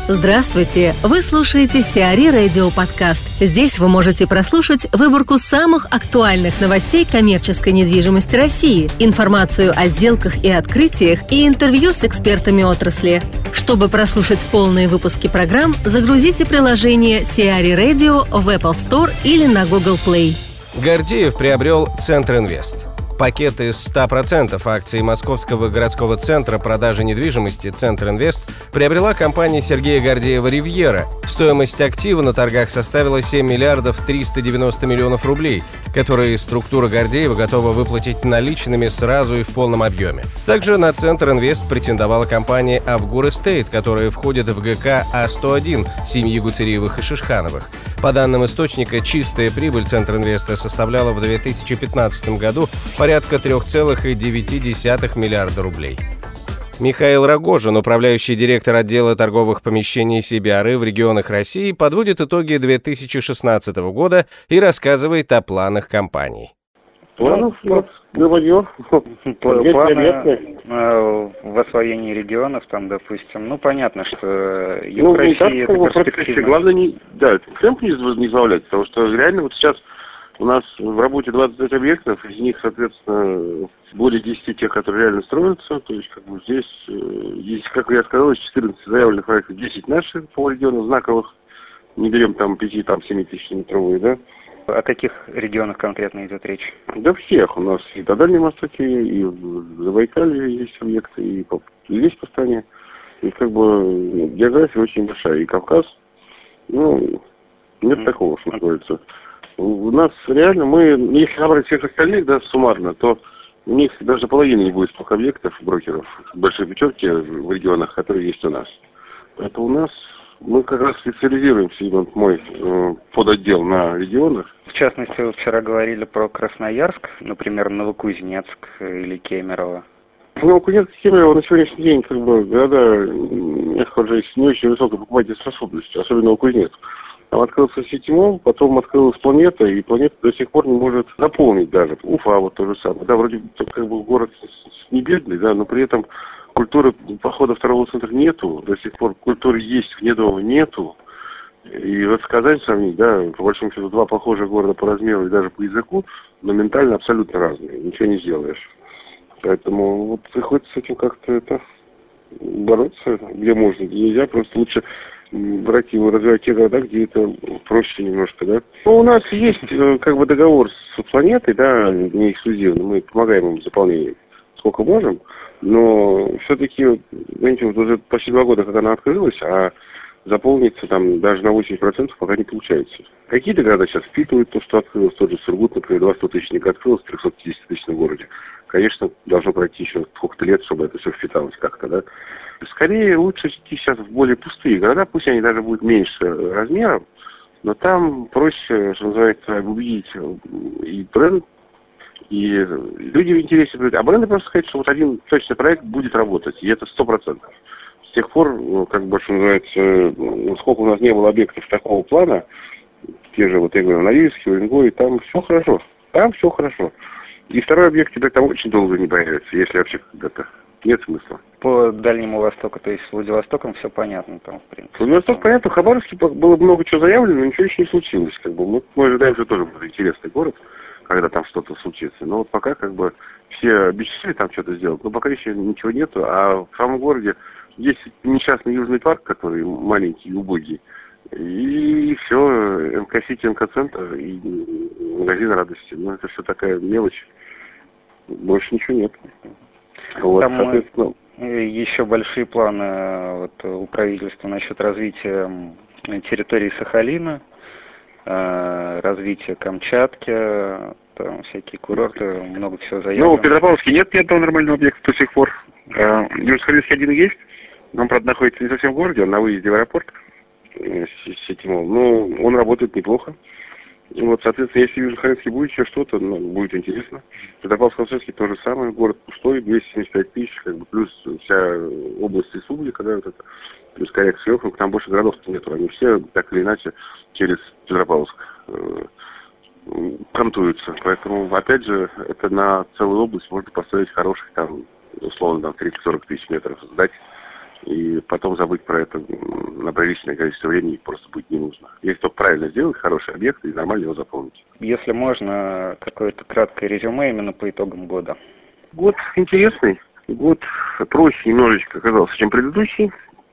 Здравствуйте! Вы слушаете Сиари Радио Подкаст. Здесь вы можете прослушать выборку самых актуальных новостей коммерческой недвижимости России, информацию о сделках и открытиях и интервью с экспертами отрасли. Чтобы прослушать полные выпуски программ, загрузите приложение Сиари Radio в Apple Store или на Google Play. Гордеев приобрел Центр Инвест. Пакет из 100% акций Московского городского центра продажи недвижимости «Центр Инвест» приобрела компания Сергея Гордеева «Ривьера». Стоимость актива на торгах составила 7 миллиардов 390 миллионов рублей, которые структура Гордеева готова выплатить наличными сразу и в полном объеме. Также на «Центр Инвест» претендовала компания «Авгур Эстейт», которая входит в ГК А-101 семьи Гуцериевых и Шишхановых. По данным источника, чистая прибыль «Центр Инвеста» составляла в 2015 году порядка 3,9 миллиарда рублей. Михаил Рогожин, управляющий директор отдела торговых помещений CBRE в регионах России, подводит итоги 2016 года и рассказывает о планах компании. Планов говорю. Планы в освоении регионов, там, допустим, понятно, что юг России это перспективно. Главное, темп не сбавлять, потому что реально вот сейчас у нас в работе 25 объектов, из них, соответственно, более 10 тех, которые реально строятся, то есть здесь, как я сказал, из 14 заявленных проектов 10 наших по регионам знаковых, не берем там 5-7 тысячеметровые, да. О каких регионах конкретно идет речь? Да всех. У нас и на Дальнем Востоке, и в Забайкалье есть объекты, и здесь по стране. И география очень большая. И Кавказ, нет такого, что называется. У нас реально, если набрать всех остальных, суммарно, то у них даже половины не будет столько объектов, брокеров, большой пятерки в регионах, которые есть у нас. Поэтому у нас мы как раз специализируемся, мой подотдел на регионах. В частности, вы вчера говорили про Красноярск, например, Новокузнецк или Кемерово. Новокузнецк и Кемерово на сегодняшний день города, мягко говоря, с не очень высокой покупательной способностью, особенно Новокузнецк. Там открылся Ситимол, потом открылась Планета, и Планета до сих пор не может заполнить даже. Уфа вот то же самое. Да, вроде город не бедный, но при этом культуры похода в торговый центр нету, до сих пор культуры есть, вне дома нету. И вот Казань сравнить, по большому счету, два похожих города по размеру и даже по языку, но ментально абсолютно разные, ничего не сделаешь. Поэтому приходится с этим как-то бороться, где можно, где нельзя, просто лучше брать его, развивать те города, где это проще немножко, у нас есть договор с Планетой, не эксклюзивный, мы помогаем им в заполнении сколько можем, но все-таки, знаете, уже почти 2 года, как она открылась, а заполниться там даже на 80% пока не получается. Какие-то города сейчас впитывают то, что открылось, тот же Сургут, например, 200-тысячник открылось, 350 тысяч в городе. Конечно, должно пройти еще сколько-то лет, чтобы это все впиталось как-то, Скорее лучше идти сейчас в более пустые города, пусть они даже будут меньше размером, но там проще, что называется, убедить и бренд, и люди интереснее будут. А бренды просто сказать, что один точный проект будет работать, и это 100%. С тех пор, что называется, сколько у нас не было объектов такого плана, те же, я говорю, Норильске, Уренгое, там все хорошо. Там все хорошо. И второй объект тебе там очень долго не появится, если вообще когда-то. Нет смысла. По Дальнему Востоку, то есть с Владивостоком все понятно там, в принципе. Владивосток понятно, в Хабаровске было много чего заявлено, но ничего еще не случилось. Мы ожидаем, что тоже будет интересный город, когда там что-то случится. Но пока все обещали там что-то сделать, но пока еще ничего нету. А в самом городе есть несчастный Южный парк, который маленький и убогий. И все, МК-Сити, МК-центр и магазин радости. Это все такая мелочь. Больше ничего нет. Там еще большие планы у правительства насчет развития территории Сахалина, развития Камчатки, там всякие курорты, много всего заявлено. В Петропавловске нет ни одного нормального объекта до сих пор. Южно-Сахалинский один есть, он, правда, находится не совсем в городе, он на выезде в аэропорт Ситимол. Он работает неплохо. Соответственно, если в Южно-Сахалинске будет еще что-то, будет интересно. Петропавловск-Камчатский то же самое, город пустой, 275 тысяч, плюс вся область республика, плюс коррект сверху, там больше городов-то нету, они все так или иначе через Петропавловск кантуются. Поэтому, опять же, это на целую область можно построить хороших, условно, 30-40 тысяч метров сдать, и потом забыть про это на приличное количество времени просто будет не нужно. Если только правильно сделать хороший объект и нормально его заполнить. Если можно, какое-то краткое резюме именно по итогам года. Год интересный. Год проще немножечко оказался, чем предыдущий.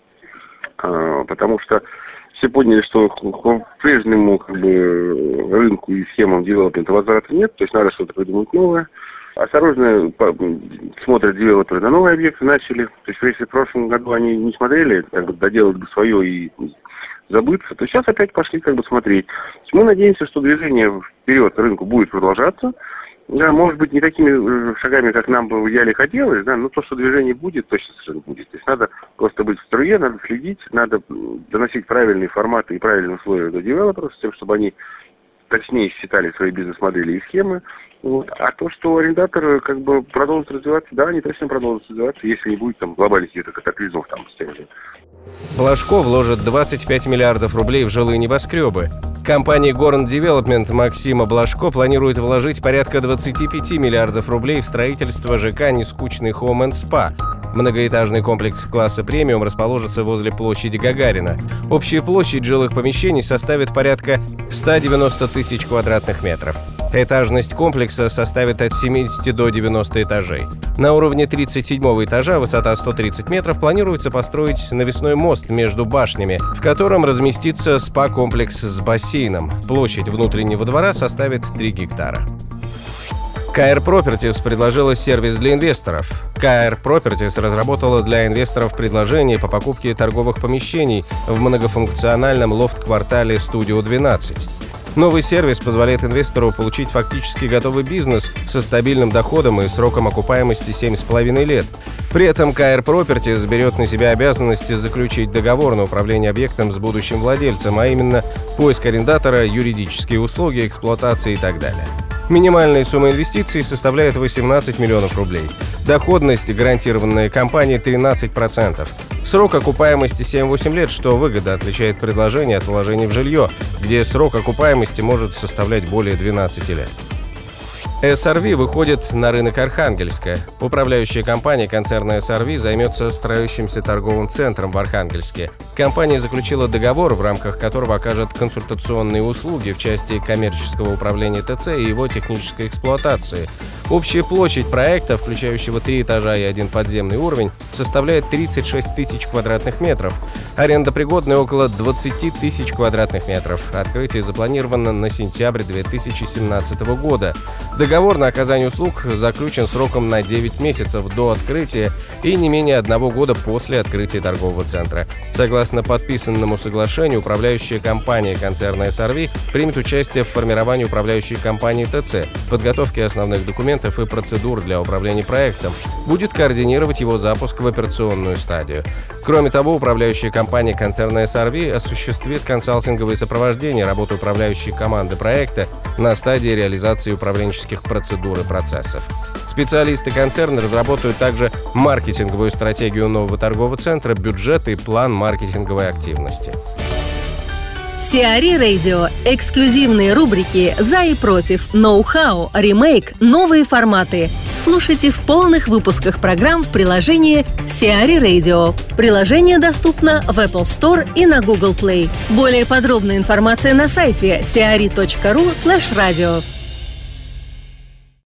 Потому что все поняли, что к прежнему рынку и схемам девелопмента возврата нет. То есть надо что-то придумать новое. Осторожно смотрят девелоперы на новые объекты, начали. То есть если в прошлом году они не смотрели, доделать бы свое и забыться, то сейчас опять пошли смотреть. Мы надеемся, что движение вперед рынку будет продолжаться. Да, может быть, не такими шагами, как нам бы в идеале хотелось, да, но то, что движение будет, точно совершенно будет. То есть надо просто быть в струе, надо следить, надо доносить правильные форматы и правильные условия до девелоперов, с тем, чтобы они точнее считали свои бизнес-модели и схемы. А то, что арендаторы продолжат развиваться, да, они точно продолжат развиваться, если не будет глобальных каких-то катаклизмов с тем же. Блажко вложит 25 миллиардов рублей в жилые небоскребы. Компания Горн Девелопмент Максима Блажко планирует вложить порядка 25 миллиардов рублей в строительство ЖК «Нескучный Home & Spa». Многоэтажный комплекс класса премиум расположится возле площади Гагарина. Общая площадь жилых помещений составит порядка 190 тысяч квадратных метров. Этажность комплекса составит от 70 до 90 этажей. На уровне 37-го этажа, высота 130 метров, планируется построить навесной мост между башнями, в котором разместится спа-комплекс с бассейном. Площадь внутреннего двора составит 3 гектара. KR Properties предложила сервис для инвесторов. KR Properties разработала для инвесторов предложение по покупке торговых помещений в многофункциональном лофт-квартале Studio 12. Новый сервис позволяет инвестору получить фактически готовый бизнес со стабильным доходом и сроком окупаемости 7,5 лет. При этом KR Properties берет на себя обязанности заключить договор на управление объектом с будущим владельцем, а именно поиск арендатора, юридические услуги, эксплуатация и так далее. Минимальная сумма инвестиций составляет 18 миллионов рублей. Доходность, гарантированная компанией, 13%. Срок окупаемости 7-8 лет, что выгодно отличает предложение от вложений в жилье, где срок окупаемости может составлять более 12 лет. SRV выходит на рынок Архангельска. Управляющая компания концерна SRV займется строящимся торговым центром в Архангельске. Компания заключила договор, в рамках которого окажет консультационные услуги в части коммерческого управления ТЦ и его технической эксплуатации. Общая площадь проекта, включающего 3 этажа и 1 подземный уровень, составляет 36 тысяч квадратных метров. Аренда пригодная около 20 тысяч квадратных метров. Открытие запланировано на сентябрь 2017 года. Договор на оказание услуг заключен сроком на 9 месяцев до открытия и не менее 1 года после открытия торгового центра. Согласно подписанному соглашению, управляющая компания концерна SRV примет участие в формировании управляющей компании ТЦ, подготовке основных документов и процедур для управления проектом, будет координировать его запуск в операционную стадию. Кроме того, управляющая компания концерна SRV осуществит консалтинговое сопровождение работы управляющей команды проекта на стадии реализации управленческих процедур и процессов. Специалисты концерна разработают также маркетинговую стратегию нового торгового центра, бюджет и план маркетинговой активности. CRE Radio. Эксклюзивные рубрики «За и против», «Ноу-хау», «Ремейк», «Новые форматы». Слушайте в полных выпусках программ в приложении CRE Radio. Приложение доступно в Apple Store и на Google Play. Более подробная информация на сайте cre.ru/radio.